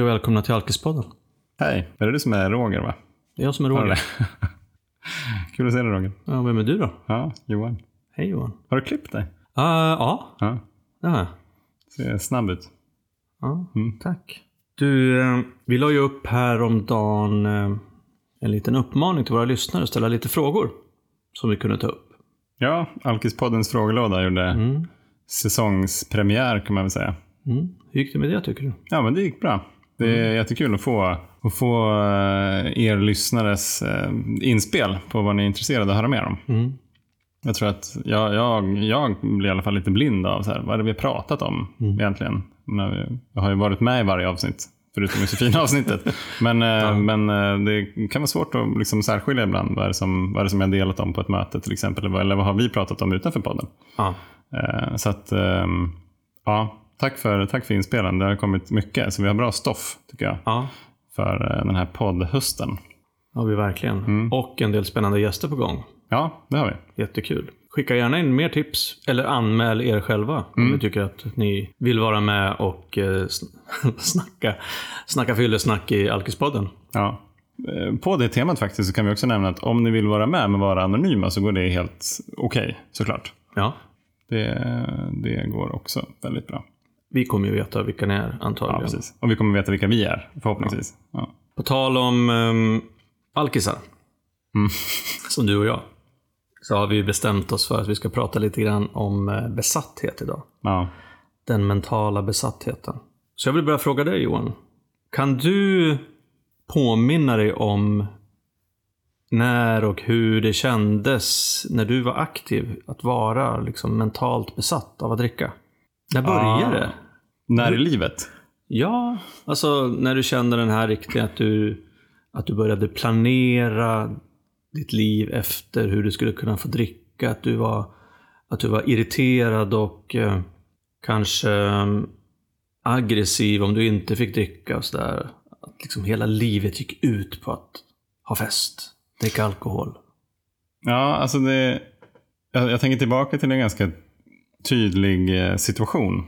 och välkomna till Alkispodden. Hej, är det du som är Roger, va? Det är jag som är Roger. Kul att se dig, Roger. Ja, vem är du då? Ja, Johan. Hej Johan. Har du klippt dig? Ja. Ja. Ser snabb ut. Ja, tack. Du, vi la ju upp här om dagen en liten uppmaning till våra lyssnare att ställa lite frågor som vi kunde ta upp. Ja, Alkispoddens frågelåda gjorde säsongspremiär, kan man väl säga. Hur gick det med det, tycker du? Ja, men det gick bra. Det är jättekul att få er lyssnares inspel på vad ni är intresserade av att höra mer om. Jag tror att jag blir i alla fall lite blind av så här, vad är det vi har pratat om egentligen. Jag har ju varit med i varje avsnitt, förutom i så fina avsnittet. Men det kan vara svårt att liksom särskilja ibland vad är det som jag delat om på ett möte till exempel. Eller vad har vi pratat om utanför podden. Så att, tack för inspelen. Det har kommit mycket, så vi har bra stoff, tycker jag. För den här poddhösten. Ja, vi verkligen. Och en del spännande gäster på gång. Ja, det har vi. Jättekul. Skicka gärna in mer tips eller anmäl er själva om ni tycker att ni vill vara med och snacka fyllesnack i Alkispodden. Ja. På det temat faktiskt så kan vi också nämna att om ni vill vara med men vara anonyma så går det helt okej, såklart. Ja. Det går också väldigt bra. Vi kommer ju veta vilka ni är, antagligen. Ja, precis. Och vi kommer veta vilka vi är, förhoppningsvis. Ja. På tal om alkisar, som du och jag, så har vi bestämt oss för att vi ska prata lite grann om besatthet idag. Ja. Den mentala besattheten. Så jag vill börja fråga dig, Johan. Kan du påminna dig om när och hur det kändes när du var aktiv att vara liksom mentalt besatt av att dricka? När började det? När i livet? Ja, alltså när du kände den här riktiga att du började planera ditt liv efter hur du skulle kunna få dricka, att du var irriterad och kanske aggressiv om du inte fick dricka och så där. Att liksom hela livet gick ut på att ha fest, dricka alkohol. Ja, alltså jag tänker tillbaka till en ganska tydlig situation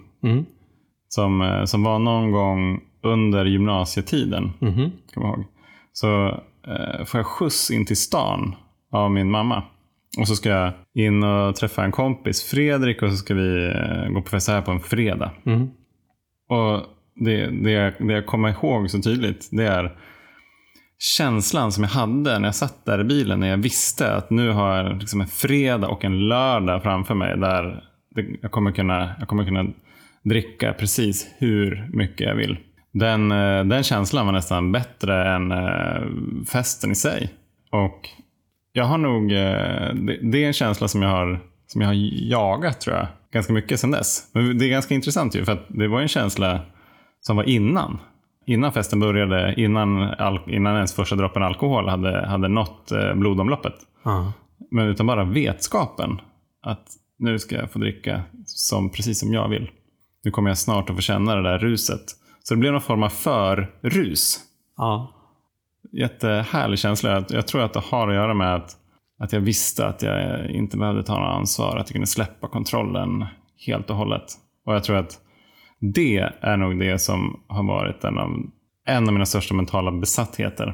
som var någon gång under gymnasietiden, kan man ihåg. Så får jag skjuts in till stan av min mamma. Och så ska jag in och träffa en kompis, Fredrik, och så ska vi gå på fest här på en fredag. Och det jag kommer ihåg så tydligt, det är känslan som jag hade när jag satt där i bilen, när jag visste att nu har jag liksom en fredag och en lördag framför mig där jag kommer kunna dricka precis hur mycket jag vill. Den känslan var nästan bättre än festen i sig. Och jag har nog det är en känsla som jag har jagat, tror jag, ganska mycket sedan dess. Men det är ganska intressant ju, för att det var en känsla som var innan festen började, innan ens första droppen alkohol hade nått blodomloppet. Men utan bara vetskapen att nu ska jag få dricka precis som jag vill. Nu kommer jag snart att få känna det där ruset. Så det blev någon form av förrus. Ja. Jättehärlig känsla. Jag tror att det har att göra med att jag visste att jag inte behövde ta något ansvar. Att jag kunde släppa kontrollen helt och hållet. Och jag tror att det är nog det som har varit en av mina största mentala besattheter.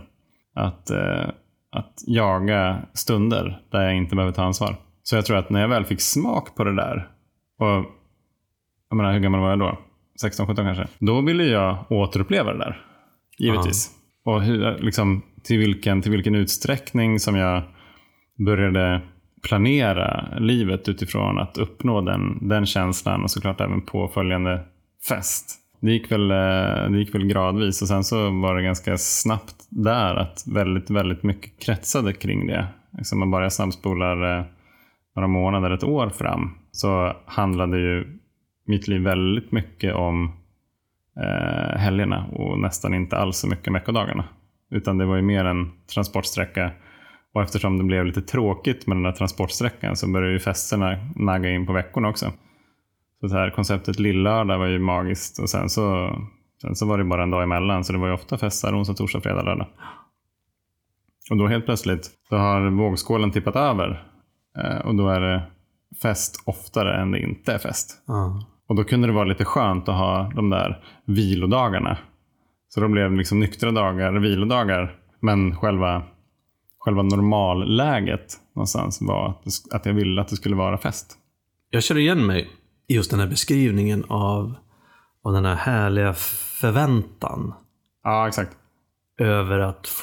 Att jaga stunder där jag inte behöver ta ansvar. Så jag tror att när jag väl fick smak på det där, och jag menar, hur gammal var jag då? 16-17 kanske. Då ville jag återuppleva det där, givetvis. Och liksom, till vilken utsträckning som jag började planera livet utifrån att uppnå den känslan, och såklart även påföljande fest. Det gick väl gradvis, och sen så var det ganska snabbt där att väldigt, väldigt mycket kretsade kring det. Liksom man bara snabbspolar några månader, ett år fram, så handlade ju mitt liv väldigt mycket om helgerna och nästan inte alls så mycket veckodagarna. Utan det var ju mer en transportsträcka, och eftersom det blev lite tråkigt med den där transportsträckan så började ju festerna nagga in på veckorna också. Så det här konceptet lillördag var ju magiskt, och sen så var det bara en dag emellan, så det var ju ofta festar onsdag, torsdag, fredag, lördag. Och då helt plötsligt så har vågskålen tippat över, och då är det fest oftare än det inte är fest. Och då kunde det vara lite skönt att ha de där vilodagarna Så då blev liksom nyktra dagar, vilodagar. Men själva normalläget någonstans var att jag ville att det skulle vara fest. Jag känner igen mig i just den här beskrivningen av den här härliga förväntan. Ja, exakt. Över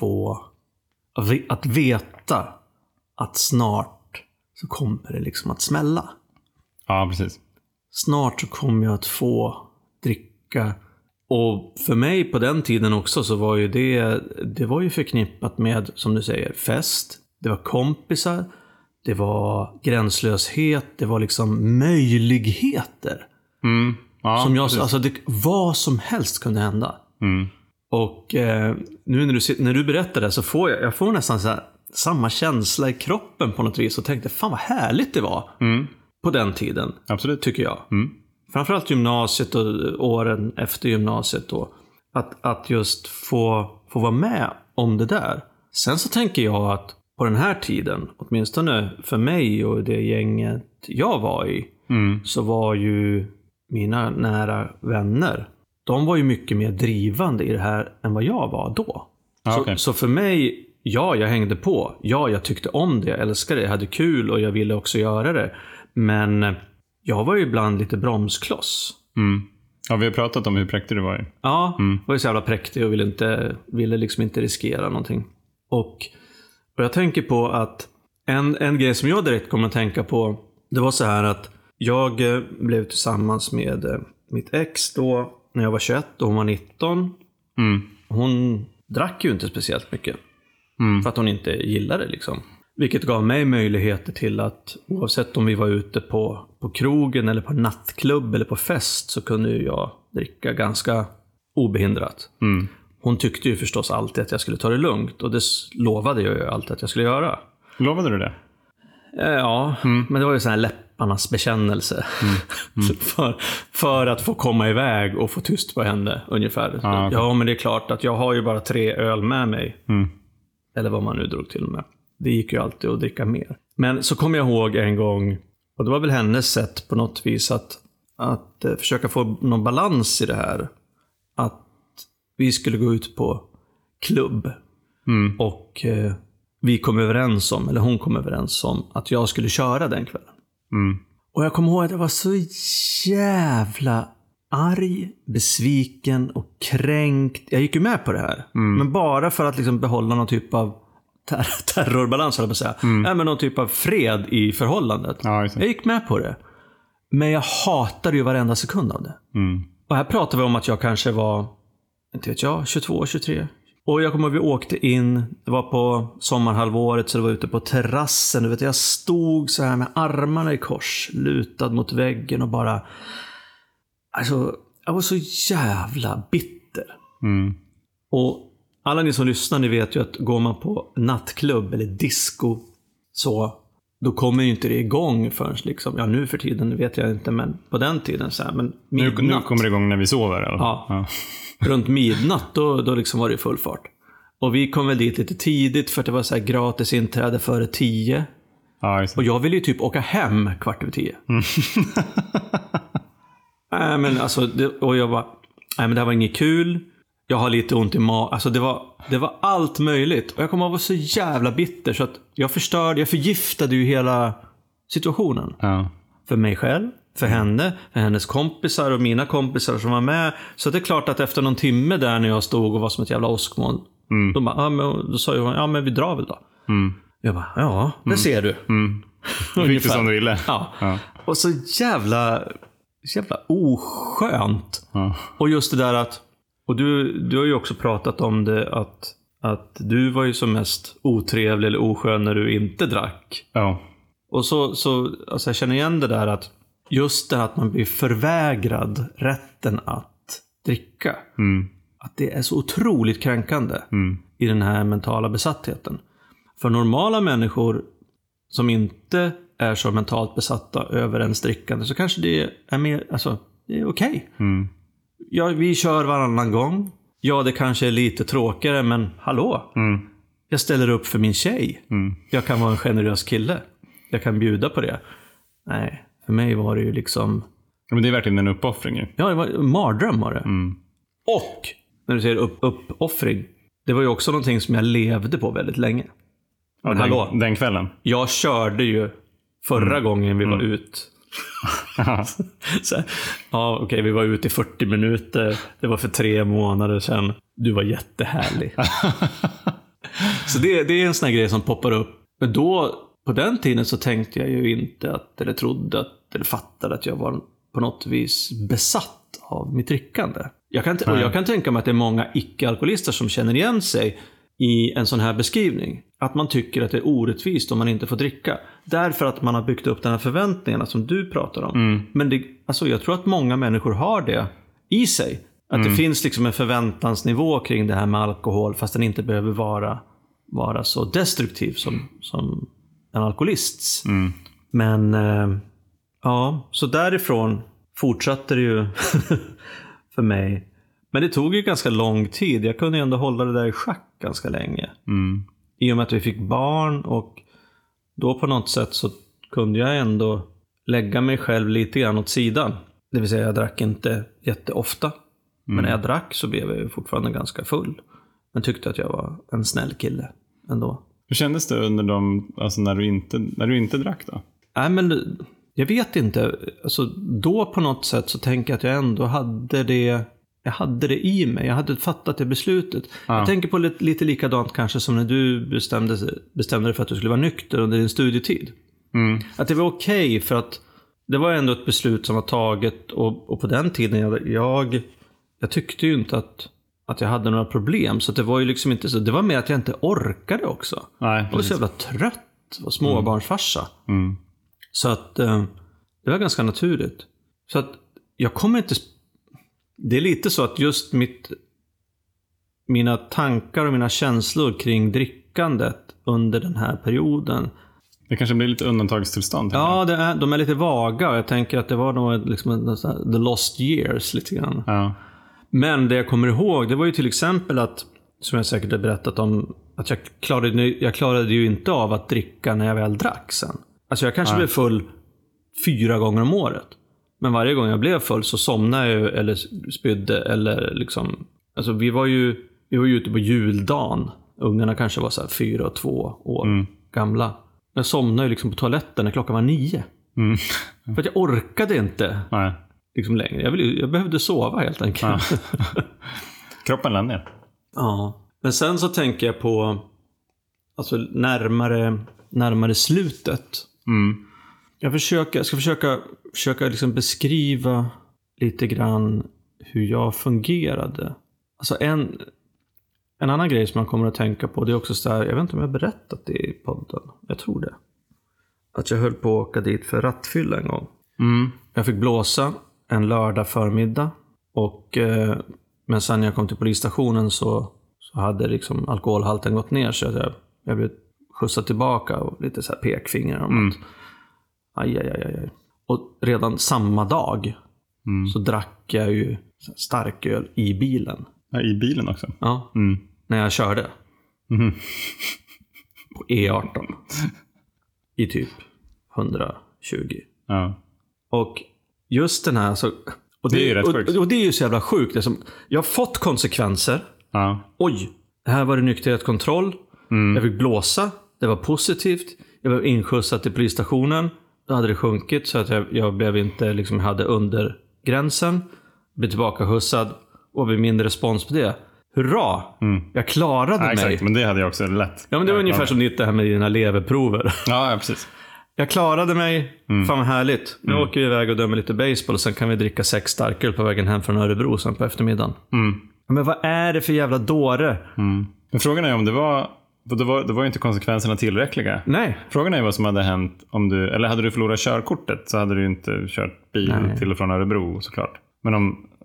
att veta att snart så kommer det liksom att smälla. Ja, precis. Snart så kommer jag att få dricka. Och för mig på den tiden också så var ju det var ju förknippat med, som du säger, fest. Det var kompisar. Det var gränslöshet. Det var liksom möjligheter. Ja, som alltså vad som helst kunde hända. Och nu när du berättar det så får jag får nästan så här, samma känsla i kroppen på något vis. Och tänkte, fan vad härligt det var på den tiden. Absolut. Tycker jag. Framförallt gymnasiet och åren efter gymnasiet då. Att just få vara med om det där. Sen så tänker jag att på den här tiden, åtminstone för mig och det gänget jag var i, så var ju mina nära vänner, de var ju mycket mer drivande i det här än vad jag var då. Så för mig, ja, jag hängde på. Ja, jag tyckte om det, jag älskade det, jag hade kul och jag ville också göra det. Men jag var ju ibland lite bromskloss. Ja, vi har pratat om hur präktig du var ju. Ja, var ju så jävla präktig och ville liksom inte riskera någonting. Och jag tänker på att en grej som jag direkt kommer att tänka på, det var så här att jag blev tillsammans med mitt ex då när jag var 21 och hon var 19. Hon drack ju inte speciellt mycket. För att hon inte gillade det liksom. Vilket gav mig möjligheter till att oavsett om vi var ute på krogen eller på nattklubb eller på fest så kunde ju jag dricka ganska obehindrat. Hon tyckte ju förstås alltid att jag skulle ta det lugnt och det lovade jag ju alltid att jag skulle göra. Lovade du det? Ja, men det var ju sån här läpparnas bekännelse. För att få komma iväg och få tyst på henne ungefär. Okay. Ja, men det är klart att jag har ju bara 3 öl med mig. Eller vad man nu drog till med. Det gick ju alltid att dricka mer. Men så kom jag ihåg en gång, och det var väl hennes sätt på något vis att försöka få någon balans i det här. Att vi skulle gå ut på klubb. Och vi kom överens om, eller hon kom överens om, att jag skulle köra den kvällen. Och jag kommer ihåg att jag var så jävla arg, besviken och kränkt. Jag gick ju med på det här. Men bara för att liksom behålla någon typ av terrorbalans, eller säga. Men någon typ av fred i förhållandet. Jag gick med på det. Men jag hatade ju varenda sekund av det. Och här pratar vi om att jag kanske var, inte vet jag, 22, 23. Och jag kommer ihåg att vi åkte in, det var på sommarhalvåret så det var ute på terrassen. Du vet, jag stod så här med armarna i kors, lutad mot väggen och bara, alltså, jag var så jävla bitter. Och alla ni som lyssnar, ni vet ju att går man på nattklubb eller disco så då kommer ju inte det igång förrän liksom, ja nu för tiden vet jag inte, men på den tiden så här, men nu kommer det igång när vi sover eller? Ja. Runt midnatt då liksom var det full fart. Och vi kom väl dit lite tidigt för att det var så här gratis inträde före 10. Och jag ville ju typ åka hem 10:15. Men alltså och jag bara, nej men det här var inget kul. Jag har lite ont i magen. Alltså det var allt möjligt. Och jag kommer att vara så jävla bitter så att jag förgiftade ju hela situationen. För mig själv, för henne, för hennes kompisar och mina kompisar som var med. Så det är klart att efter någon timme där när jag stod och var som ett jävla åskmoln. Då sa jag, ja men vi drar väl då. Jag bara, ja, det ser du. Fick du som du ville. Ja. Och så jävla oskönt. Och just det där att, och du har ju också pratat om det att du var ju som mest otrevlig eller oskön när du inte drack. Och så alltså jag känner igen det där att just det att man blir förvägrad rätten att dricka. Att det är så otroligt kränkande i den här mentala besattheten. För normala människor som inte är så mentalt besatta över ens drickande så kanske det är mer, alltså det är okej. Ja, vi kör varannan gång. Ja, det kanske är lite tråkigare, men hallå. Jag ställer upp för min tjej. Jag kan vara en generös kille. Jag kan bjuda på det. Nej, för mig var det ju liksom... Men det är verkligen en uppoffring ju. Ja, det var en mardröm var det. Och när du säger uppoffring. Det var ju också någonting som jag levde på väldigt länge. Ja, den kvällen. Jag körde ju förra gången vi var ut. Okej, vi var ute i 40 minuter. Det var för 3 månader sedan. Du var jättehärlig. Så det är en sån här grej som poppar upp. Men då, på den tiden så tänkte jag ju inte att, eller trodde att, eller fattade att jag var på något vis besatt av mitt drickande. Jag kan tänka mig att det är många icke-alkoholister som känner igen sig i en sån här beskrivning. Att man tycker att det är orättvist om man inte får dricka. Därför att man har byggt upp den här förväntningarna som du pratar om. Men jag tror att många människor har det i sig. Att det finns liksom en förväntansnivå kring det här med alkohol, fast den inte behöver vara så destruktiv som en alkoholists. Men så därifrån fortsatte det ju för mig. Men det tog ju ganska lång tid. Jag kunde ju ändå hålla det där i schack ganska länge. I och med att vi fick barn, och då på något sätt så kunde jag ändå lägga mig själv lite grann åt sidan. Det vill säga jag drack inte jätteofta. Men när jag drack så blev jag ju fortfarande ganska full. Men tyckte att jag var en snäll kille ändå. Hur kändes det under när du inte drack då? Nej, men jag vet inte. Alltså, då på något sätt så tänker jag att jag ändå hade det i mig. Jag hade fattat det beslutet. Jag tänker på lite likadant kanske som när du bestämde dig för att du skulle vara nykter under din studietid. Att det var okej, för att det var ändå ett beslut som var taget. Och på den tiden jag tyckte ju inte att jag hade några problem. Så det var ju liksom inte så. Det var mer att jag inte orkade också. Nej, jag var så jävla trött. Och småbarnsfarsa. Så att det var ganska naturligt. Så att jag kommer inte... Det är lite så att just mina tankar och mina känslor kring drickandet under den här perioden. Det kanske blir lite undantagstillstånd. Ja, de är lite vaga. Jag tänker att det var nog liksom the lost years lite grann. Ja. Men det jag kommer ihåg, det var ju till exempel att, som jag säkert har berättat om, att jag klarade ju inte av att dricka när jag väl drack sen. Alltså jag kanske blev full 4 gånger om året. Men varje gång jag blev full så somnade jag eller spydde eller liksom... Alltså vi var ju ute på juldagen. Ungarna kanske var så här 4 och 2 år gamla. Jag somnade ju liksom på toaletten när klockan var 9. För att jag orkade inte liksom längre. Jag behövde sova helt enkelt. Ja. Kroppen lade ner. Ja. Men sen så tänker jag på alltså närmare slutet. Jag ska försöka liksom beskriva lite grann hur jag fungerade. Alltså en annan grej som man kommer att tänka på, det är också så här, jag vet inte om jag har berättat det i podden. Jag tror det. Att jag höll på att åka dit för rattfylla en gång. Jag fick blåsa en lördag förmiddag. Men sen när jag kom till polisstationen så hade liksom alkoholhalten gått ner. Så jag blev skjutsad tillbaka och lite så här pekfingrar om att aj. Och redan samma dag så drack jag ju starköl i bilen. Ja, i bilen också? Ja, när jag körde. På E18. I typ 120. Ja. Och just den här... Alltså, och det är ju rätt sjukt. Och det är ju så jävla sjukt. Jag har fått konsekvenser. Ja. Oj, här var det nykterhetskontroll. Jag fick blåsa. Det var positivt. Jag blev inskjutsad till polisstationen. Då hade det sjunkit så att jag blev inte liksom, hade under gränsen. Blev tillbaka hussad och blev mindre respons på det. Hurra! Jag klarade mig. Exakt, men det hade jag också lätt. Ja, men det var ungefär som det här med dina leverprover. Ja, precis. Jag klarade mig. Fan vad härligt. Nu åker vi iväg och dömer lite baseball och sen kan vi dricka 6 starköl på vägen hem från Örebro sen på eftermiddagen. Men vad är det för jävla dåre? Men frågan är om det var ju inte konsekvenserna tillräckliga. Nej. Frågan är vad som hade hänt om eller hade du förlorat körkortet så hade du inte kört bil till och från Örebro såklart. Men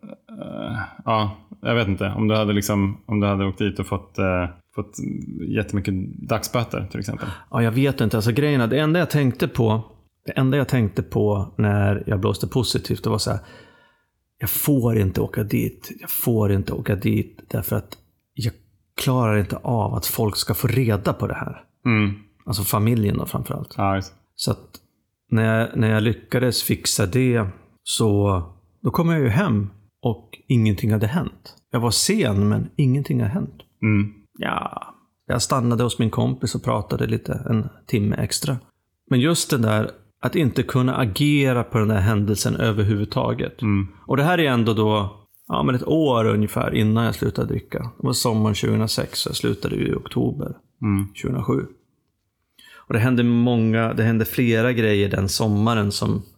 jag vet inte om du hade åkt dit och fått jättemycket dagsböter till exempel. Ja, jag vet inte. Alltså grejerna, det enda jag tänkte på när jag blåste positivt, det var så här: jag får inte åka dit därför att jag klarar inte av att folk ska få reda på det här. Alltså familjen då framförallt. Ja, just. Så att när jag lyckades fixa det så då kom jag ju hem och ingenting hade hänt. Jag var sen, men ingenting har hänt. Ja, jag stannade hos min kompis och pratade lite, en timme extra. Men just det där att inte kunna agera på den där händelsen överhuvudtaget. Och det här är ändå då men ett år ungefär innan jag slutade dricka. Det var sommaren 2006, så jag slutade i oktober 2007. Och det hände flera grejer den sommaren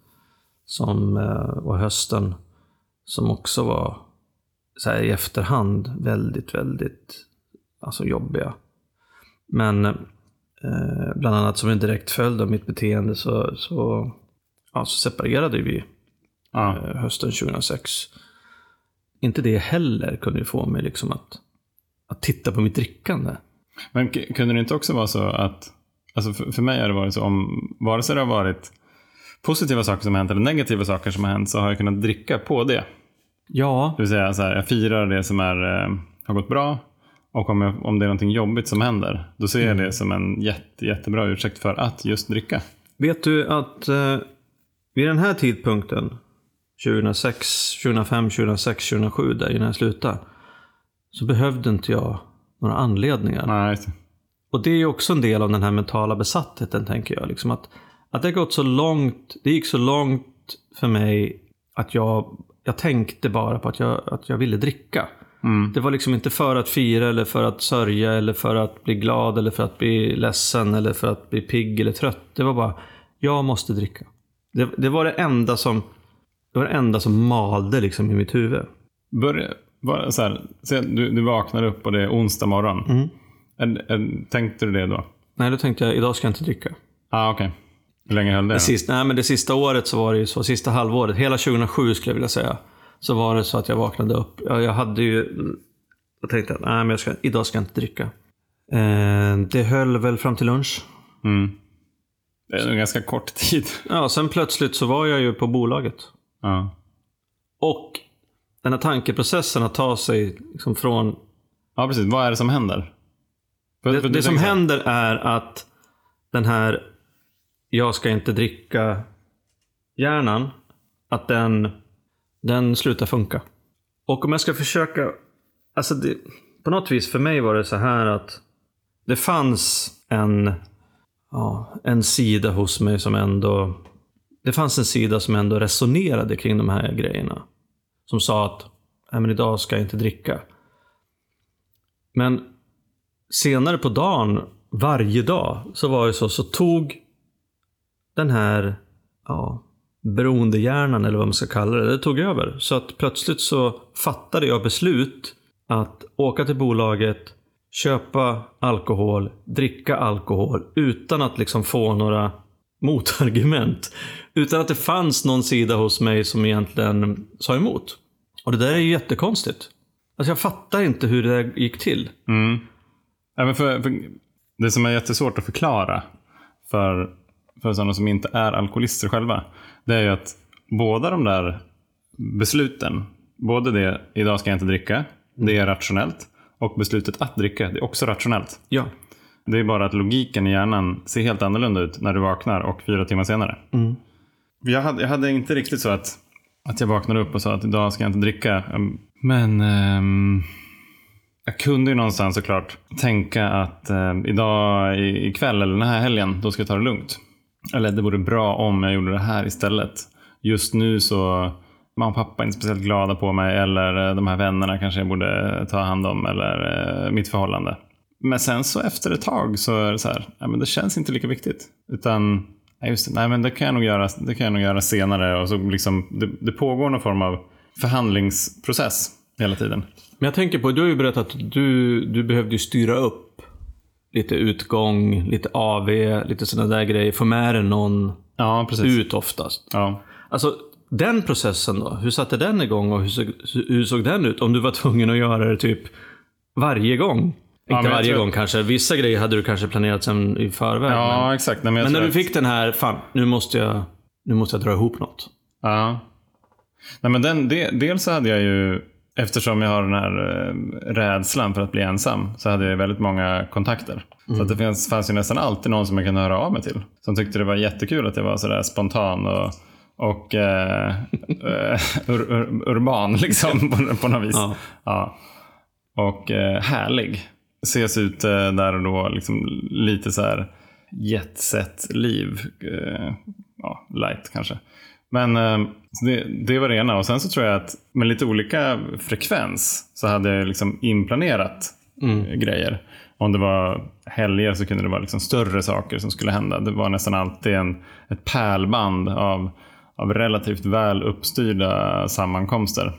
och hösten som också var så här i efterhand väldigt, väldigt jobbiga. Men bland annat som en direkt följd av mitt beteende så separerade vi hösten 2006. Inte det heller kunde ju få mig liksom att titta på mitt drickande. Men kunde det inte också vara så att, alltså för mig har det varit så, om vare sig det har varit positiva saker som har hänt eller negativa saker som har hänt, så har jag kunnat dricka på det. Ja. Det vill säga så här, jag firar det som har gått bra, och om det är någonting jobbigt som händer, då ser jag det som en jättebra ursäkt för att just dricka. Vet du att vid den här tidpunkten 2006, 2005, 2006, 2007 där innan jag slutade, så behövde inte jag några anledningar. Nej. Och det är ju också en del av den här mentala besattheten, tänker jag. Liksom att det gått så långt, det gick så långt för mig att jag tänkte bara på att jag ville dricka. Det var liksom inte för att fira eller för att sörja eller för att bli glad eller för att bli ledsen eller för att bli pigg eller trött. Det var bara, jag måste dricka. Det var det enda som malde liksom i mitt huvud. Så här, du vaknar upp och det är onsdag morgon. Tänkte du det då? Nej, då tänkte jag, idag ska jag inte dricka. Okej. Hur länge höll det? Det sista året så var det ju så, sista halvåret, hela 2007 skulle jag vilja säga, så var det så att jag vaknade upp. Jag tänkte att idag ska jag inte dricka. Det höll väl fram till lunch. Det är en ganska kort tid. Ja, sen plötsligt så var jag ju på bolaget. Ja. Och den här tankeprocessen att ta sig liksom från... Ja, precis. Vad är det som händer? Det som händer är att den här jag ska inte dricka hjärnan, att den slutar funka. Och om jag ska försöka... på något vis för mig var det så här att det fanns en sida hos mig som ändå... Det fanns en sida som ändå resonerade kring de här grejerna. Som sa att men idag ska jag inte dricka. Men senare på dagen, varje dag, så var det så tog den här beroendehjärnan, eller vad man ska kalla det tog över. Så att plötsligt så fattade jag beslut att åka till bolaget, köpa alkohol, dricka alkohol utan att liksom få några motargument. Utan att det fanns någon sida hos mig som egentligen sa emot. Och det där är ju jättekonstigt. Alltså jag fattar inte hur det gick till. Ja, men för det som är jättesvårt att förklara för sådana som inte är alkoholister själva, det är ju att båda de där besluten, både det idag ska jag inte dricka, det är rationellt, och beslutet att dricka, det är också rationellt. Ja. Det är bara att logiken i hjärnan ser helt annorlunda ut när du vaknar och 4 timmar senare. Jag hade inte riktigt så att jag vaknade upp och sa att idag ska jag inte dricka. Men jag kunde ju någonstans såklart tänka att idag ikväll eller den här helgen, då ska jag ta det lugnt. Eller det vore bra om jag gjorde det här istället. Just nu så mamma och pappa är inte speciellt glada på mig, eller de här vännerna kanske jag borde ta hand om, eller mitt förhållande. Men sen så efter ett tag så är det så här, men det känns inte lika viktigt. Utan men det kan jag nog göra senare. Och så liksom, det pågår någon form av förhandlingsprocess hela tiden. Men jag tänker på, du har ju berättat att du behövde ju styra upp lite utgång, lite AV, lite sådana där grejer. Få med dig någon ut oftast. Ja. Alltså den processen då, hur satte den igång och hur såg den ut? Om du var tvungen att göra det typ varje gång. Inte varje gång kanske. Vissa grejer hade du kanske planerat sen i förväg. Ja, men, exakt. Men när du fick den här, fan, nu måste jag dra ihop något. Ja. Nej, men dels så hade jag ju, eftersom jag har den här rädslan för att bli ensam, så hade jag väldigt många kontakter. Så att det fanns ju nästan alltid någon som jag kunde höra av mig till. Som tyckte det var jättekul att jag var sådär spontan och urban liksom på något vis. Ja. Ja. Och härlig. Ses ut där och då liksom lite så här jetset-liv. Light kanske. Men det var det ena. Och sen så tror jag att med lite olika frekvens så hade jag liksom inplanerat grejer. Om det var helger så kunde det vara liksom större saker som skulle hända. Det var nästan alltid ett pärlband av relativt väl uppstyrda sammankomster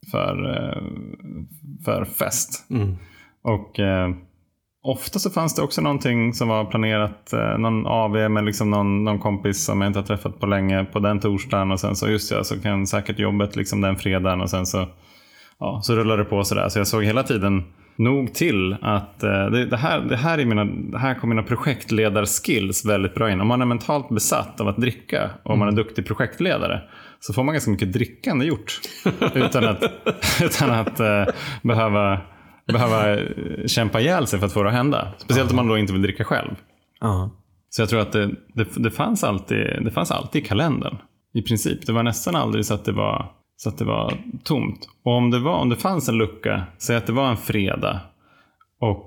för fest. Och ofta så fanns det också någonting som var planerat, någon AV med liksom någon kompis som jag inte har träffat på länge på den torsdagen, och sen så så kan säkert jobbet liksom den fredagen, och sen så rullar det på sådär. Så jag såg hela tiden nog till att det här kommer mina projektledarskills väldigt bra in. Om man är mentalt besatt av att dricka och om man är duktig projektledare, så får man ganska mycket drickande gjort utan att behöva kämpa ihjäl sig för att få det att hända. Speciellt om man då inte vill dricka själv. Så jag tror att det fanns alltid i kalendern i princip. Det var nästan aldrig så att det var tomt. Och om det fanns en lucka, säg att det var en fredag och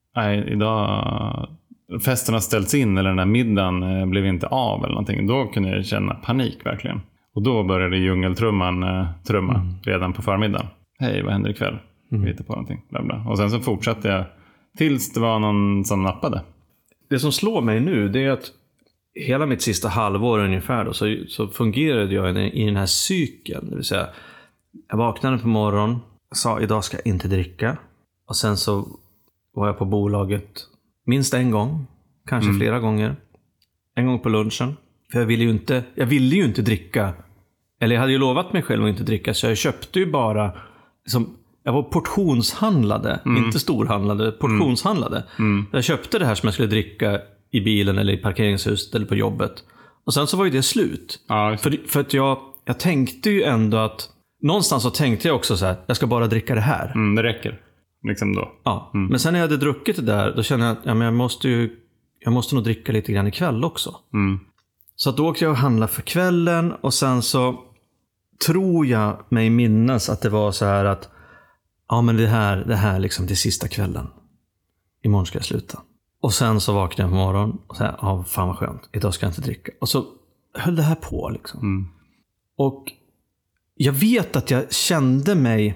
idag festen har ställts in, eller den här middagen blev inte av eller någonting, då kunde jag känna panik verkligen. Och då började djungeltrumman trumma redan på förmiddagen. Hej, vad händer ikväll? Vi hittar på någonting. Bla bla. Och sen så fortsatte jag tills det var någon som nappade. Det som slår mig nu, det är att hela mitt sista halvår ungefär då, så fungerade jag i den här cykeln. Det vill säga, jag vaknade på morgonen, sa idag ska jag inte dricka. Och sen så var jag på bolaget minst en gång, kanske flera gånger. En gång på lunchen. För jag ville ju inte dricka. Eller jag hade ju lovat mig själv att inte dricka, så jag köpte ju bara liksom, jag var portionshandlade, inte storhandlade, portionshandlade. Jag köpte det här som jag skulle dricka i bilen eller i parkeringshuset eller på jobbet. Och sen så var ju det slut. Ja. För att jag tänkte ju ändå att någonstans så tänkte jag också så här, jag ska bara dricka det här. Det räcker. Liksom då. Ja. Men sen när jag hade druckit det där, då kände jag att men jag måste nog dricka lite grann ikväll också. Så att då åkte jag och handlade för kvällen, och sen så tror jag mig minnas att det var så här att men det här liksom till sista kvällen. Imorgon ska jag sluta. Och sen så vaknade jag på morgonen och sa, fan vad skönt, idag ska jag inte dricka. Och så höll det här på liksom. Och jag vet att jag kände mig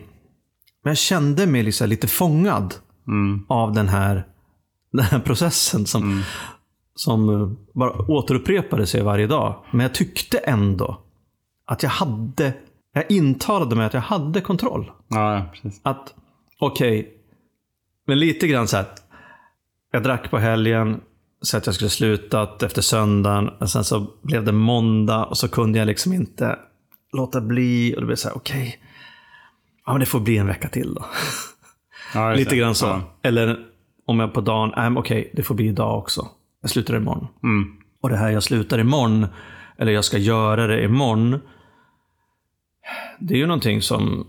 liksom lite fångad av den här processen som bara återupprepade sig varje dag. Men jag tyckte ändå att jag intalade mig att jag hade kontroll. Ja, precis. Att men lite grann så här, jag drack på helgen så att jag skulle sluta efter söndagen, och sen så blev det måndag och så kunde jag liksom inte låta bli, och det blev så här, men det får bli en vecka till då. Ja, lite grann så. Ja. Eller om jag på dagen, det får bli idag också. Jag slutar imorgon. Och det här jag slutar imorgon, eller jag ska göra det imorgon, det är ju någonting som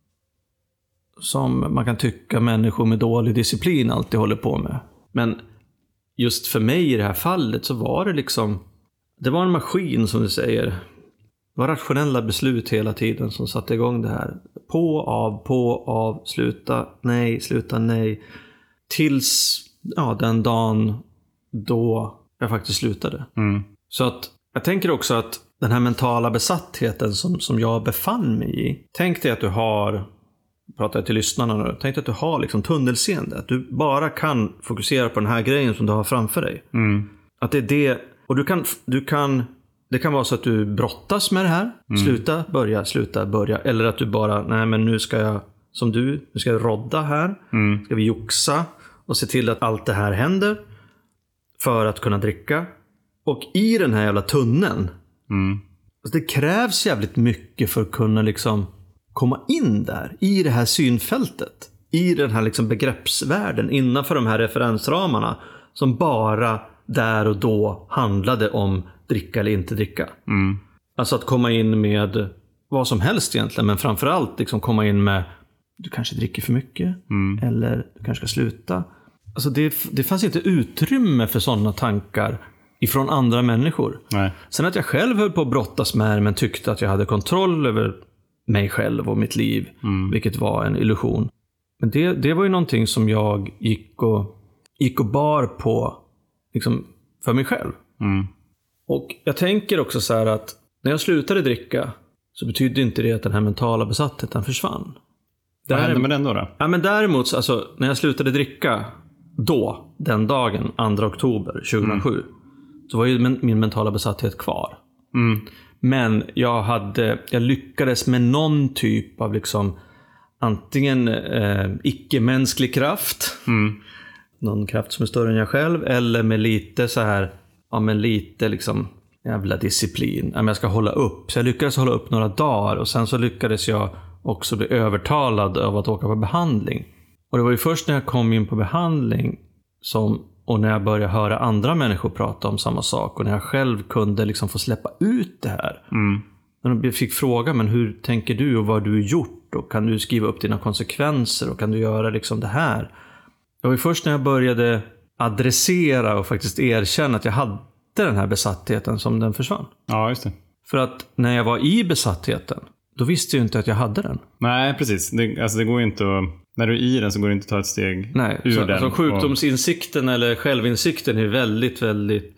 man kan tycka människor med dålig disciplin alltid håller på med. Men just för mig i det här fallet så var det liksom, det var en maskin som du säger. Det var rationella beslut hela tiden som satte igång det här. På, av, sluta, nej. Tills den dagen då jag faktiskt slutade. Så att jag tänker också att den här mentala besattheten som jag befann mig i. Tänk dig att du har, pratar jag till lyssnarna nu, tänk dig att du har liksom tunnelseende. Att du bara kan fokusera på den här grejen som du har framför dig. Att det är det, och det kan vara så att du brottas med det här. Sluta, börja. Eller att du bara, nu ska jag rodda här. Ska vi joxa och se till att allt det här händer för att kunna dricka. Och i den här jävla tunneln, alltså det krävs jävligt mycket för att kunna liksom komma in där i det här synfältet, i den här liksom begreppsvärlden innanför de här referensramarna som bara där och då handlade om dricka eller inte dricka. Alltså att komma in med vad som helst egentligen, men framförallt liksom komma in med du kanske dricker för mycket eller du kanske ska sluta. Alltså det fanns inte utrymme för sådana tankar ifrån andra människor. Nej. Sen att jag själv höll på att brottas med det, men tyckte att jag hade kontroll över mig själv och mitt liv, vilket var en illusion. Men det var ju någonting som jag gick och bar på liksom, för mig själv. Och jag tänker också så här att när jag slutade dricka så betydde inte det att den här mentala besattheten försvann. Vad hände med den då? Ja, men däremot, alltså, när jag slutade dricka den dagen, 2 oktober 2007, så var ju min mentala besatthet kvar. Men jag lyckades med någon typ av liksom, antingen icke-mänsklig kraft, någon kraft som är större än jag själv, eller med lite så här, ja men lite liksom jävla disciplin. Jag ska hålla upp. Så jag lyckades hålla upp några dagar, och sen så lyckades jag också bli övertalad av att åka på behandling. Och det var ju först när jag kom in på behandling och när jag började höra andra människor prata om samma sak, och när jag själv kunde liksom få släppa ut det här. När jag fick fråga, men hur tänker du och vad har du gjort, och kan du skriva upp dina konsekvenser, och kan du göra liksom det här? Det var ju först när jag började adressera och faktiskt erkänna att jag hade den här besattheten som den försvann. Ja, just det. För att när jag var i besattheten, då visste jag ju inte att jag hade den. Nej, precis. Det går ju inte att... När du är i den så går det inte att ta ett steg ur den. Alltså sjukdomsinsikten eller självinsikten är väldigt, väldigt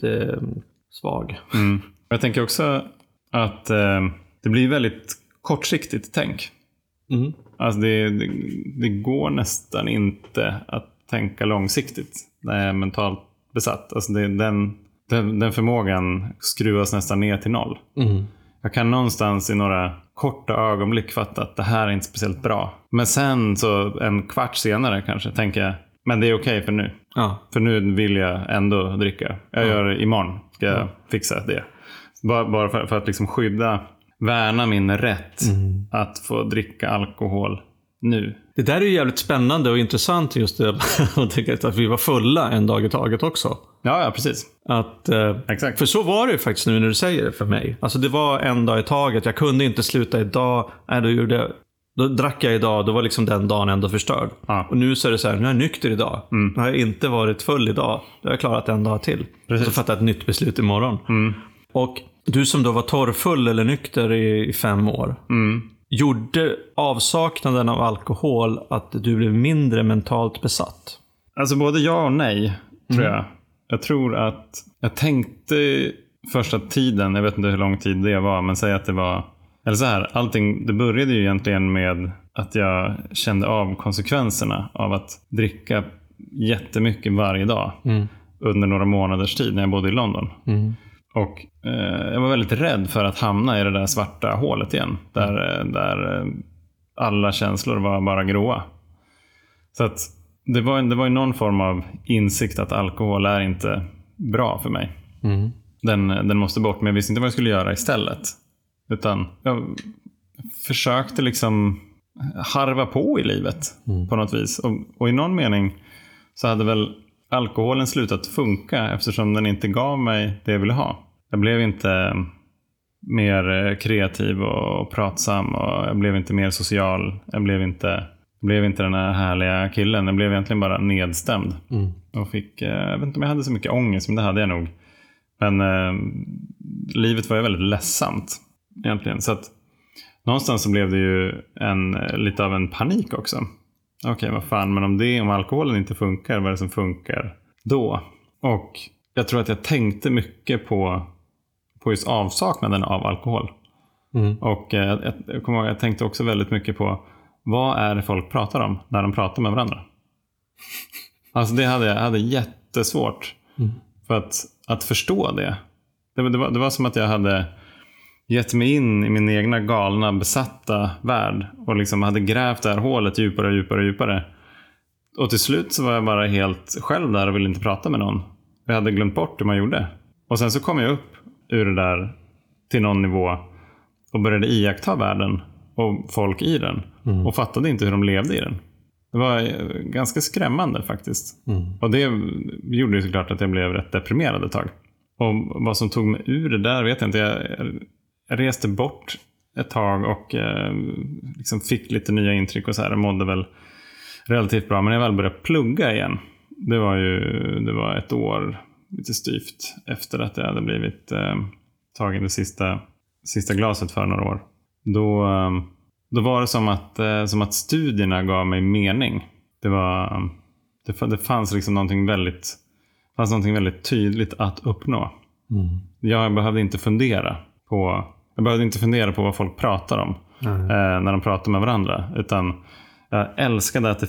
svag. Jag tänker också att det blir väldigt kortsiktigt tänk. Alltså det går nästan inte att tänka långsiktigt när jag är mentalt besatt. Alltså den förmågan skruvas nästan ner till 0. Jag kan någonstans i några korta ögonblick fatta att det här är inte speciellt bra. Men sen så en kvart senare kanske tänker jag, men det är okej för nu. Ja. För nu vill jag ändå dricka. Jag gör det imorgon, ska jag fixa det. Bara för att liksom värna min rätt att få dricka alkohol nu. Det där är ju jävligt spännande och intressant, just det att vi var fulla en dag i taget också. Ja, precis. Exakt. För så var det ju faktiskt nu när du säger det för mig. Alltså det var en dag i taget. Jag kunde inte sluta idag. Nej, då drack jag idag. Då var liksom den dagen ändå förstörd. Ja. Och nu så är det så här, nu är jag nykter idag. Nu har jag inte varit full idag. Då har jag klarat en dag till. Precis. Och så fattar jag ett nytt beslut imorgon. Och du som då var torrfull eller nykter i 5 år. Gjorde avsaknaden av alkohol att du blev mindre mentalt besatt? Alltså både ja och nej, tror jag. Jag tror att jag tänkte första tiden, jag vet inte hur lång tid det var, men säg att det var, eller så här, allting, det började ju egentligen med att jag kände av konsekvenserna av att dricka jättemycket varje dag under några månaders tid när jag bodde i London. Och jag var väldigt rädd för att hamna i det där svarta hålet igen. Där alla känslor var bara gråa. Så att det var någon form av insikt att alkohol är inte bra för mig. Den måste bort, men jag visste inte vad jag skulle göra istället. Utan jag försökte liksom harva på i livet på något vis. Och i någon mening så hade väl alkoholen slutat funka eftersom den inte gav mig det jag ville ha. Jag blev inte mer kreativ och pratsam, och jag blev inte mer social. Jag blev inte den här härliga killen. Jag blev egentligen bara nedstämd. Och jag vet inte om jag hade så mycket ångest, men det hade jag nog. Men livet var ju väldigt ledsamt egentligen. Så att någonstans så blev det ju lite av en panik också. Okej, vad fan, men om alkoholen inte funkar, vad är det som funkar då? Och jag tror att jag tänkte mycket på just avsaknaden av alkohol. Och jag tänkte också väldigt mycket på vad är det folk pratar om när de pratar med varandra. Alltså jag hade jättesvårt för att förstå det. Det var som att jag hade gett mig in i min egna galna, besatta värld och liksom hade grävt det här hålet djupare och djupare och djupare. Och till slut så var jag bara helt själv där och ville inte prata med någon. Jag hade glömt bort hur man gjorde. Och sen så kom jag upp ur det där till någon nivå och började iaktta världen och folk i den. Och fattade inte hur de levde i den. Det var ganska skrämmande faktiskt. Och det gjorde ju såklart att jag blev rätt deprimerad ett tag. Och vad som tog mig ur det där vet jag inte. Jag reste bort ett tag och liksom fick lite nya intryck och så här. Jag mådde väl relativt bra. Men när jag väl började plugga igen. Det var 1 år lite styvt efter att jag hade blivit tagen det sista glaset för några år. Då var det som att studierna gav mig mening. Det fanns liksom någonting väldigt tydligt att uppnå. Jag behövde inte fundera på vad folk pratar om när de pratar med varandra, utan jag älskade att det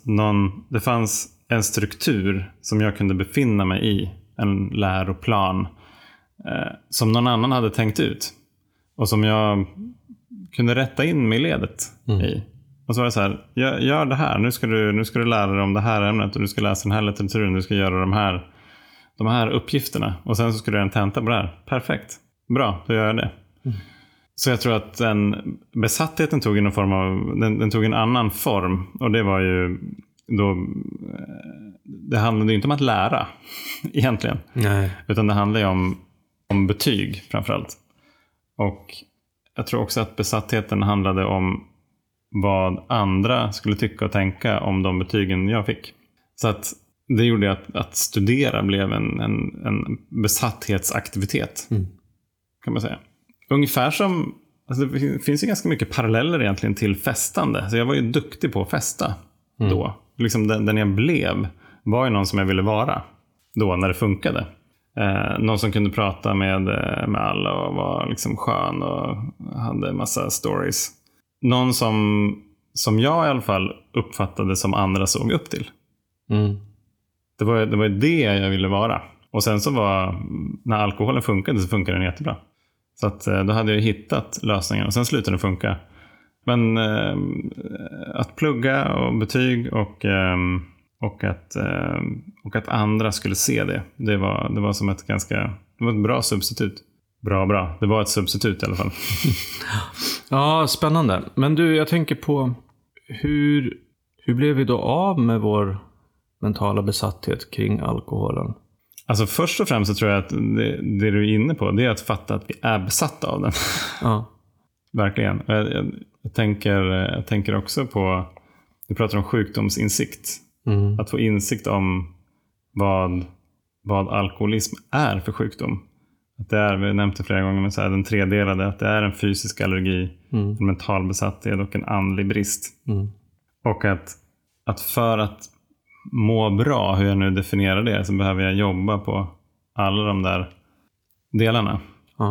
fanns en struktur som jag kunde befinna mig i, en läroplan som någon annan hade tänkt ut och som jag kunde rätta in mig i ledet i. Och så var det så här, gör det här, nu ska du lära dig om det här ämnet och du ska läsa den här litteraturen, du ska göra de här uppgifterna och sen så ska du göra en tenta på det här. Perfekt, bra, då gör jag det. Så jag tror att den besattheten tog den tog en annan form, och det var ju då, det handlade ju inte om att lära egentligen. Nej. Utan det handlade ju om betyg framförallt. Och jag tror också att besattheten handlade om vad andra skulle tycka och tänka om de betygen jag fick. Så att det gjorde att studera blev en besatthetsaktivitet, kan man säga. Ungefär som, alltså det finns ju ganska mycket paralleller egentligen till festande. Så jag var ju duktig på att festa då. Liksom den jag blev var ju någon som jag ville vara då när det funkade. Någon som kunde prata med alla och var liksom skön och hade massa stories. Någon som jag i alla fall uppfattade som andra såg upp till. Det var det jag ville vara. Och sen så när alkoholen funkade så funkade den jättebra. Så att då hade jag hittat lösningen och sen slutade det funka. Men att plugga och betyg och att andra skulle se det var som ett bra substitut. Bra. Det var ett substitut i alla fall. Ja, spännande. Men du, jag tänker på hur blev vi då av med vår mentala besatthet kring alkoholen? Alltså först och främst så tror jag att det du är inne på, det är att fatta att vi är besatta av den. Ja. Verkligen. Jag tänker också på, vi pratar om sjukdomsinsikt. Att få insikt om vad alkoholism är för sjukdom. Att det är, vi har nämnt det flera gånger, men så är den tredelade, att det är en fysisk allergi, en mental besatthet och en andlig brist. Och att för att må bra, hur jag nu definierar det, så behöver jag jobba på alla de där delarna.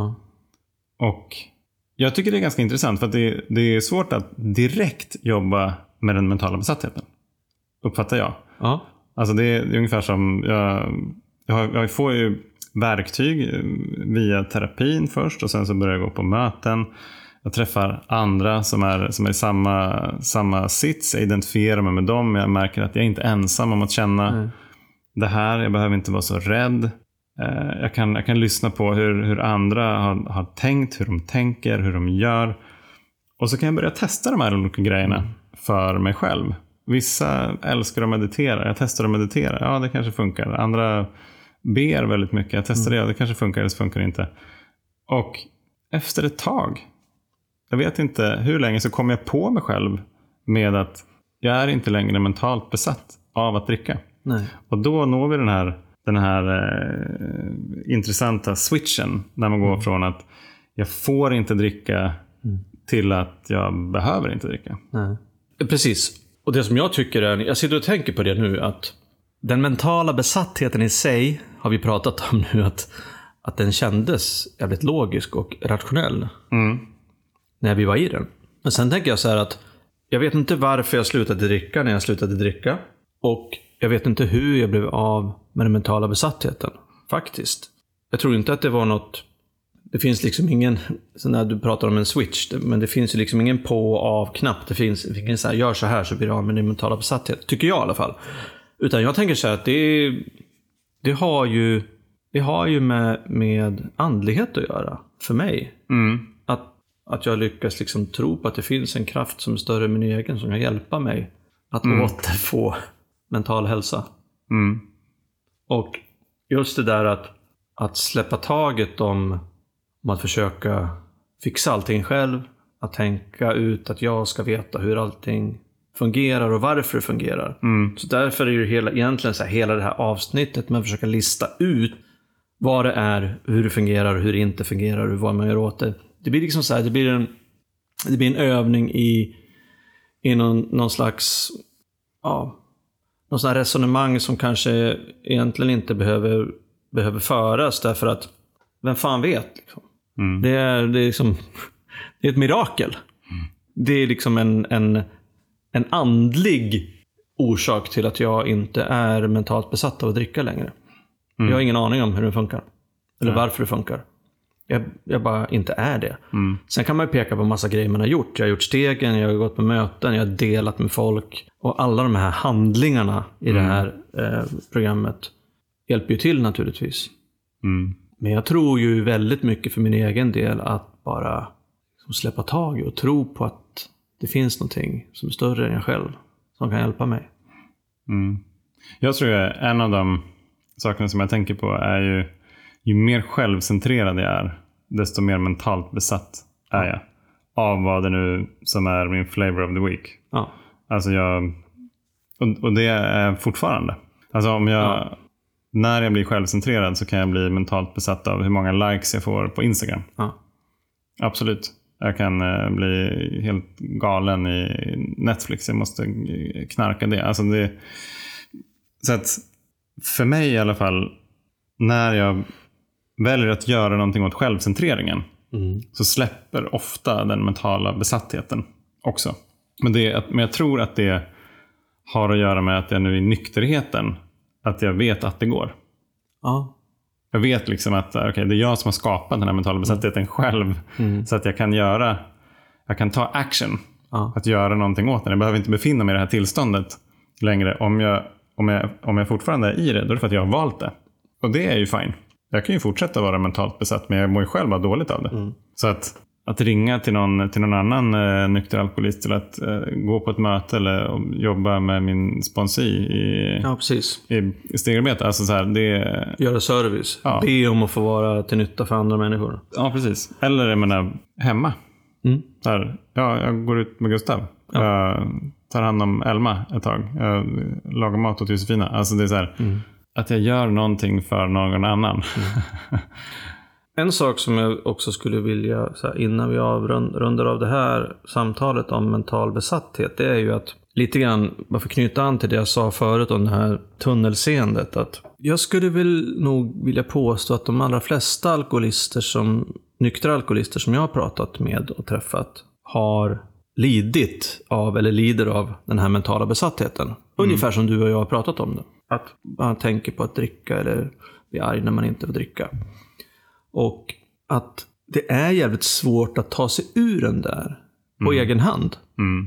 Och jag tycker det är ganska intressant, för att det är svårt att direkt jobba med den mentala besattheten, uppfattar jag. Alltså det är ungefär som jag får ju verktyg via terapin först, och sen så börjar jag gå på möten. Jag träffar andra som är i samma sits. Jag identifierar mig med dem. Jag märker att jag inte är ensam om att känna det här. Jag behöver inte vara så rädd. Jag kan lyssna på hur andra har tänkt, hur de tänker, hur de gör. Och så kan jag börja testa de här olika grejerna för mig själv. Vissa älskar att meditera. Jag testar att meditera. Ja, det kanske funkar. Andra ber väldigt mycket. Jag testar det. Ja, det kanske funkar eller så funkar det inte. Och efter ett tag, jag vet inte hur länge, så kom jag på mig själv med att jag är inte längre mentalt besatt av att dricka. Nej. Och då når vi den här intressanta switchen, när man går från att jag får inte dricka till att jag behöver inte dricka. Nej. Precis. Och det som jag tycker är, jag sitter och tänker på det nu, att den mentala besattheten i sig har vi pratat om nu, att den kändes jävligt logisk och rationell när vi var i den. Men sen tänker jag så här att jag vet inte varför jag slutade dricka när jag slutade dricka, och jag vet inte hur jag blev av med den mentala besattheten faktiskt. Jag tror inte att det var något, det finns liksom ingen, så när du pratar om en switch, men det finns ju liksom ingen på- och av-knapp. Det finns ingen så här, gör så här så blir det av med din mentala besatthet, tycker jag i alla fall. Utan jag tänker så här att det har ju med andlighet att göra för mig. Att jag lyckas liksom tro på att det finns en kraft som är större än min egen, som kan hjälpa mig att återfå mental hälsa. Och just det där att släppa taget om att försöka fixa allting själv, att tänka ut att jag ska veta hur allting fungerar och varför det fungerar. Så därför är det egentligen så här, hela det här avsnittet med att försöka lista ut vad det är, hur det fungerar, hur det inte fungerar och vad man gör åt det. Det blir liksom så här, det blir en övning i någon slags någon sån här resonemang som kanske egentligen inte behöver föras, därför att vem fan vet liksom. Det är liksom det är ett mirakel. Det är liksom en andlig orsak till att jag inte är mentalt besatt av att dricka längre. Jag har ingen aning om hur det funkar. Eller varför det funkar. Jag bara inte är det. Sen kan man ju peka på massa grejer man har gjort. Jag har gjort stegen, jag har gått på möten, jag har delat med folk. Och alla de här handlingarna i det här programmet hjälper ju till naturligtvis. Men jag tror ju väldigt mycket för min egen del att bara släppa tag och tro på att det finns någonting som är större än jag själv som kan hjälpa mig. Jag tror att en av de sakerna som jag tänker på är ju mer självcentrerad jag är, desto mer mentalt besatt är jag av vad det nu som är min flavor of the week. Ja. Alltså och det är fortfarande. Alltså om när jag blir självcentrerad så kan jag bli mentalt besatt av hur många likes jag får på Instagram. Ja. Absolut. Jag kan bli helt galen i Netflix. Jag måste knarka det. Alltså så att för mig i alla fall, när jag väljer att göra någonting åt självcentreringen så släpper ofta den mentala besattheten också. Men jag tror att det har att göra med att jag nu i nykterheten, att jag vet att det går. Ja. Jag vet liksom att det är jag som har skapat den här mentala besattheten själv. Så att jag kan ta action. Att göra någonting åt den. Jag behöver inte befinna mig i det här tillståndet längre. Om jag fortfarande är i det, då är det för att jag har valt det. Och det är ju fine. Jag kan ju fortsätta vara mentalt besatt, men jag mår ju själv bara dåligt av det. Så att ringa till någon annan nykter alkoholist, eller att gå på ett möte eller jobba med min sponsor i stegarbete. Alltså så här, göra service. Ja. Be om att få vara till nytta för andra människor. Ja, precis. Eller jag menar, hemma. Så här, jag går ut med Gustav. Ja. Jag tar hand om Elma ett tag. Jag lagar mat åt Josefina. Alltså det är så här, att jag gör någonting för någon annan. En sak som jag också skulle vilja, så här, innan vi avrundar av det här samtalet om mental besatthet, det är ju att lite grann, bara för att knyta an till det jag sa förut om det här tunnelseendet, att jag skulle väl nog vilja påstå att de allra flesta nyktra alkoholister som jag har pratat med och träffat har lidit av eller lider av den här mentala besattheten. Ungefär som du och jag har pratat om det. Att man tänker på att dricka eller blir arg när man inte får dricka. Och att det är jävligt svårt att ta sig ur den där på egen hand.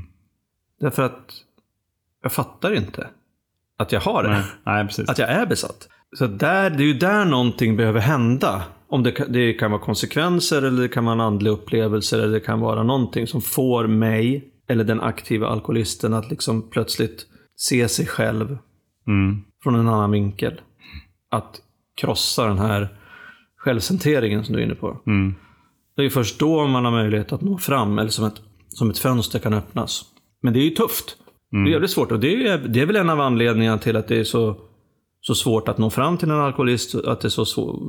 Därför att jag fattar inte att jag har det. Nej, precis. Att jag är besatt. Så det är ju där någonting behöver hända. Om det kan vara konsekvenser, eller det kan vara en andlig upplevelse, eller det kan vara någonting som får mig eller den aktiva alkoholisten att liksom plötsligt se sig själv från en annan vinkel. Att krossa den här självcentreringen som du är inne på. Det är ju först då man har möjlighet att nå fram, eller som ett fönster kan öppnas. Men det är ju tufft. Det är jävligt svårt, och det är väl en av anledningarna till att det är så svårt att nå fram till en alkoholist, att det är så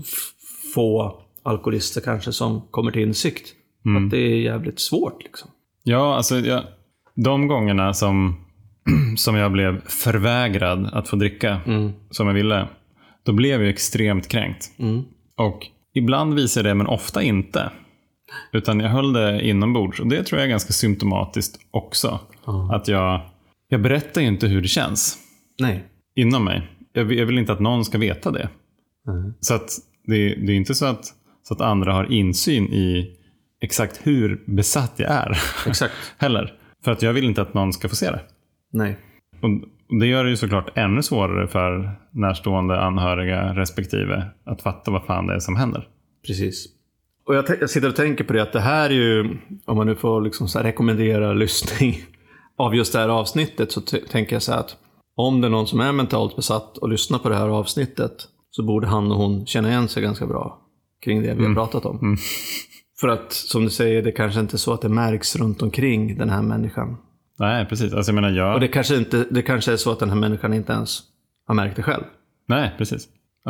få alkoholister kanske som kommer till insikt. Att det är jävligt svårt liksom. Ja, alltså de gångerna som jag blev förvägrad att få dricka som jag ville, då blev jag extremt kränkt. Och ibland visar det, men ofta inte. Utan jag höll det inombords. Och det tror jag är ganska symptomatiskt också. Att jag berättar ju inte hur det känns. Nej. Inom mig. Jag vill inte att någon ska veta det. Så att det är inte så att andra har insyn i exakt hur besatt jag är. Exakt. Heller. För att jag vill inte att någon ska få se det. Nej. Och det gör det ju såklart ännu svårare för närstående anhöriga respektive att fatta vad fan det är som händer. Precis. Och jag sitter och tänker på det, att det här är ju, om man nu får liksom så här rekommendera lyssning av just det här avsnittet, så tänker jag så här att om det är någon som är mentalt besatt och lyssnar på det här avsnittet, så borde han och hon känna igen sig ganska bra kring det vi har pratat om. För att, som du säger, det kanske inte är så att det märks runt omkring den här människan. Nej, precis. Alltså, jag menar, Och det kanske är så att den här människan inte ens har märkt det själv. Nej, precis.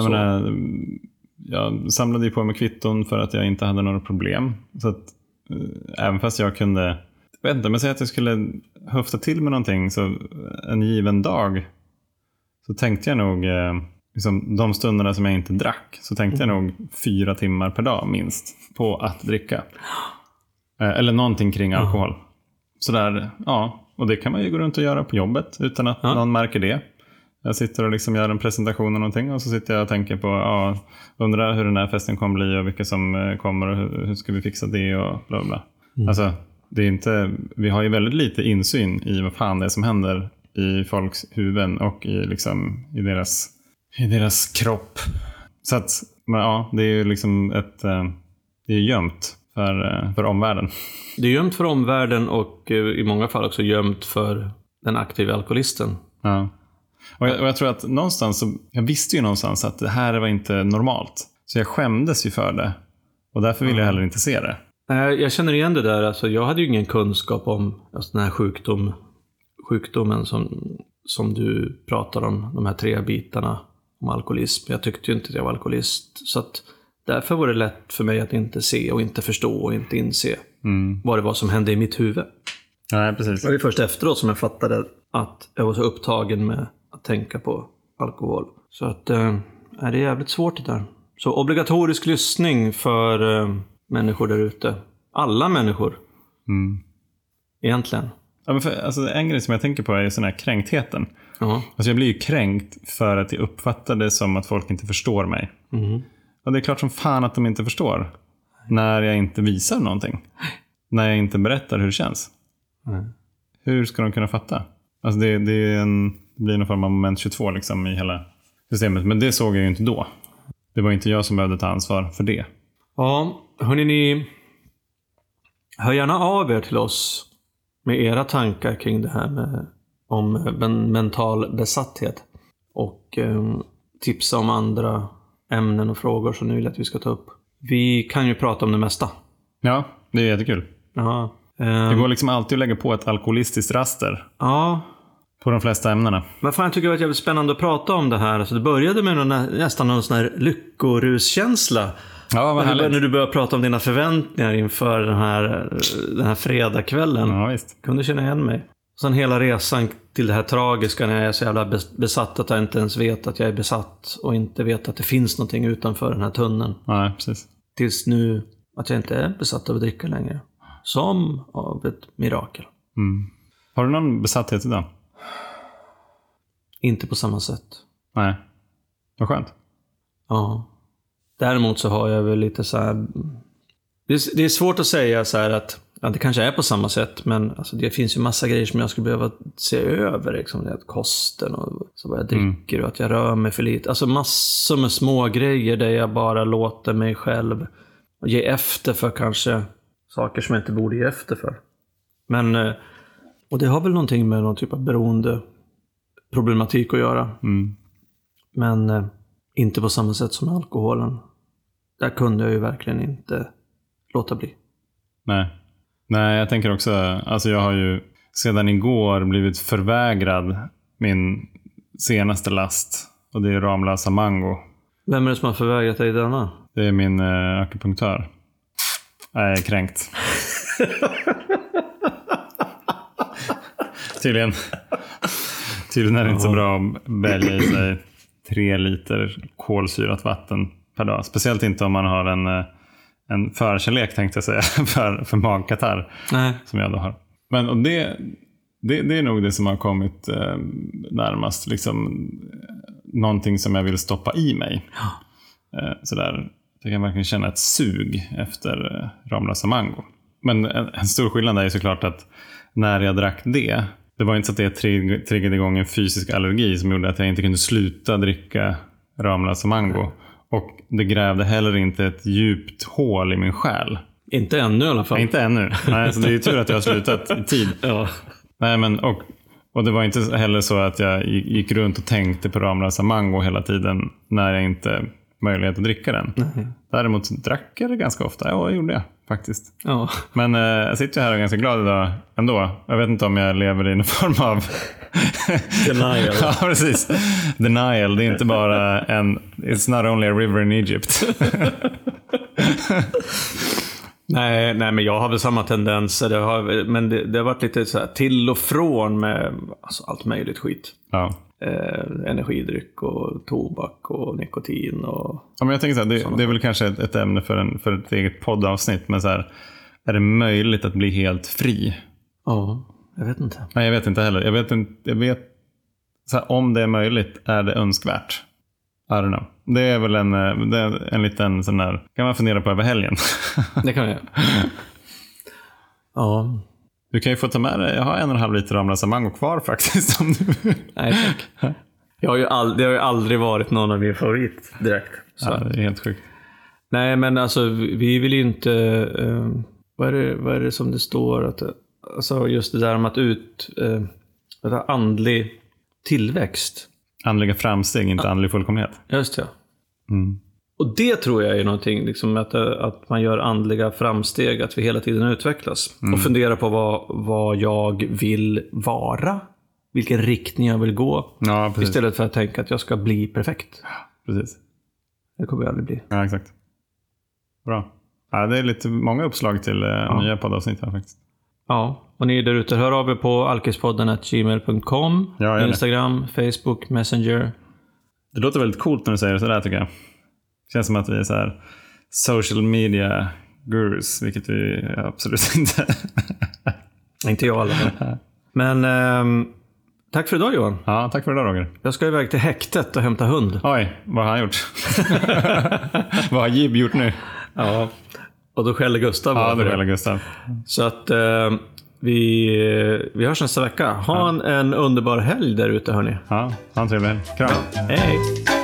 Jag samlade ju på mig kvitton för att jag inte hade några problem. Så att även fast jag kunde, jag vet inte, men säg att jag skulle höfta till med någonting så en given dag, så tänkte jag nog liksom, de stunderna som jag inte drack, så tänkte jag nog 4 timmar per dag minst på att dricka. Eller någonting kring alkohol. Sådär, ja. Och det kan man ju gå runt och göra på jobbet utan att någon märker det. Jag sitter och liksom gör en presentation av någonting och så sitter jag och tänker på, undrar hur den här festen kommer bli och vilka som kommer och hur ska vi fixa det och bla bla. Alltså, det är inte, vi har ju väldigt lite insyn i vad fan det är som händer i folks huvuden och i deras kropp. Så att, men ja, det är ju liksom det är gömt för omvärlden. Det är gömt för omvärlden och i många fall också gömt för den aktiva alkoholisten. Ja. Och jag tror att någonstans, jag visste ju någonstans att det här var inte normalt. Så jag skämdes ju för det. Och därför ville jag heller inte se det. Jag känner igen det där. Alltså, jag hade ju ingen kunskap om alltså, den här sjukdomen som du pratar om. De här 3 bitarna om alkoholism. Jag tyckte ju inte att jag var alkoholist. Så att därför var det lätt för mig att inte se och inte förstå och inte inse vad det var som hände i mitt huvud. Nej, precis. Det var ju först efteråt som jag fattade att jag var så upptagen med att tänka på alkohol. Så att det är jävligt svårt det där. Så obligatorisk lyssning för människor där ute. Alla människor. Egentligen. Ja, men alltså, en grej som jag tänker på är sån här kränktheten. Alltså, jag blir ju kränkt för att jag uppfattar det som att folk inte förstår mig. Och det är klart som fan att de inte förstår. När jag inte visar någonting. När jag inte berättar hur det känns. Hur ska de kunna fatta? Alltså det blir någon form av moment 22 liksom i hela systemet. Men det såg jag ju inte då. Det var inte jag som behövde ta ansvar för det. Ja, hörni, ni hör gärna av er till oss med era tankar kring det här om mental besatthet. Och tipsa om andra ämnen och frågor som ni vill att vi ska ta upp. Vi kan ju prata om det mesta. Ja, det är jättekul. Ja. Det går liksom alltid att lägga på ett alkoholistiskt raster. Ja. På de flesta ämnena. Men fan, jag tycker det var jävligt spännande att prata om det här. Alltså, det började med nästan någon sån här lyckoruskänsla. Ja, vad härligt. När du började prata om dina förväntningar inför den här fredagskvällen. Ja, visst. Kunde känna igen mig. Sen hela resan till det här tragiska när jag är så jävla besatt att jag inte ens vet att jag är besatt. Och inte vet att det finns någonting utanför den här tunneln. Nej, precis. Tills nu att jag inte är besatt av att dricka längre. Som av ett mirakel. Har du någon besatthet idag? Inte på samma sätt. Nej. Vad skönt. Ja. Däremot så har jag väl lite så här... Det är svårt att säga så här att det kanske är på samma sätt, men alltså det finns ju massa grejer som jag skulle behöva se över, liksom det, kosten och så vad jag dricker och att jag rör mig för lite. Alltså massor med små grejer där jag bara låter mig själv ge efter för kanske saker som jag inte borde ge efter för. Men, och det har väl någonting med någon typ av beroende problematik att göra. Men inte på samma sätt som alkoholen. Där kunde jag ju verkligen inte låta bli. Nej, jag tänker också, alltså jag har ju sedan igår blivit förvägrad min senaste last. Och det är Ramlösa Mango. Vem är det som har förvägrat dig denna? Det är min akupunktör. Jag är kränkt. Tydligen är det inte så bra att välja i sig 3 liter kolsyrat vatten per dag. Speciellt inte om man har en förkärlek, tänkte jag säga, för magkatarr. Nej. Som jag då har. Men och det är nog det som har kommit närmast liksom, någonting som jag vill stoppa i mig. Sådär, jag kan verkligen känna ett sug efter Ramlösa Mango. Men en stor skillnad är ju såklart att när jag drack det var inte så att det triggade igång en fysisk allergi som gjorde att jag inte kunde sluta dricka Ramlösa Mango. Och det grävde heller inte ett djupt hål i min själ. Inte ännu i alla fall. Inte ännu. Nej, så det är ju tur att jag har slutat i tid. Ja. Nej, men och det var inte heller så att jag gick runt och tänkte på Ramlösa Mango hela tiden när jag inte möjlighet att dricka den. Däremot drack jag det ganska ofta. Ja, det gjorde jag faktiskt. Ja. Men jag sitter här och är ganska glad idag ändå. Jag vet inte om jag lever i någon form av Denial. Ja, precis. Denial, det är inte bara it's not only a river in Egypt. Nej, men jag har väl samma tendenser. Men det har varit lite så här till och från med alltså, allt möjligt skit. Ja. Energidryck och tobak och nikotin. Och Ja, men jag tänker så här, det är väl kanske ett ämne för ett eget poddavsnitt. Men så här, är det möjligt att bli helt fri? Ja, jag vet inte. Nej, jag vet inte heller. Jag vet så här, om det är möjligt, är det önskvärt? I don't know. Det är väl en liten sån där, kan man fundera på över helgen. Det kan jag. Ja. Du kan ju få ta med dig, jag har 1,5 liter Ramlösa Mango kvar faktiskt. Om du... Nej, tack. Det har ju aldrig varit någon av min favorit direkt. Så. Ja, det är helt sjukt. Nej, men alltså vi vill ju inte... vad är det som det står? Att, alltså just det där om att andlig tillväxt. Andliga framsteg, inte andlig fullkomlighet. Just det. Mm. Och det tror jag är någonting, liksom, att man gör andliga framsteg, att vi hela tiden utvecklas. Och funderar på vad jag vill vara. Vilken riktning jag vill gå. Ja, precis. Istället för att tänka att jag ska bli perfekt. Precis. Det kommer jag aldrig bli. Ja, exakt. Bra. Ja, det är lite många uppslag till nya poddavsnitt här faktiskt. Ja, och ni där ute, hör av er på alkispodden@gmail.com. Ja, Instagram, Facebook, Messenger. Det låter väldigt coolt när du säger sådär, tycker jag. Det känns som att vi är så här social media gurus, vilket vi absolut inte. Inte jag alla. Men tack för idag, Johan. Ja, tack för idag, Roger. Jag ska iväg till häktet och hämta hund. Oj, vad har han gjort? Vad har Jib gjort nu? Ja, och då skäller Gustav. Ja, då skäller Gustav. Så att vi hörs nästa vecka. Ha en underbar helg där ute, hörni. Ja, ha en trevlig helg. Kram. Hej!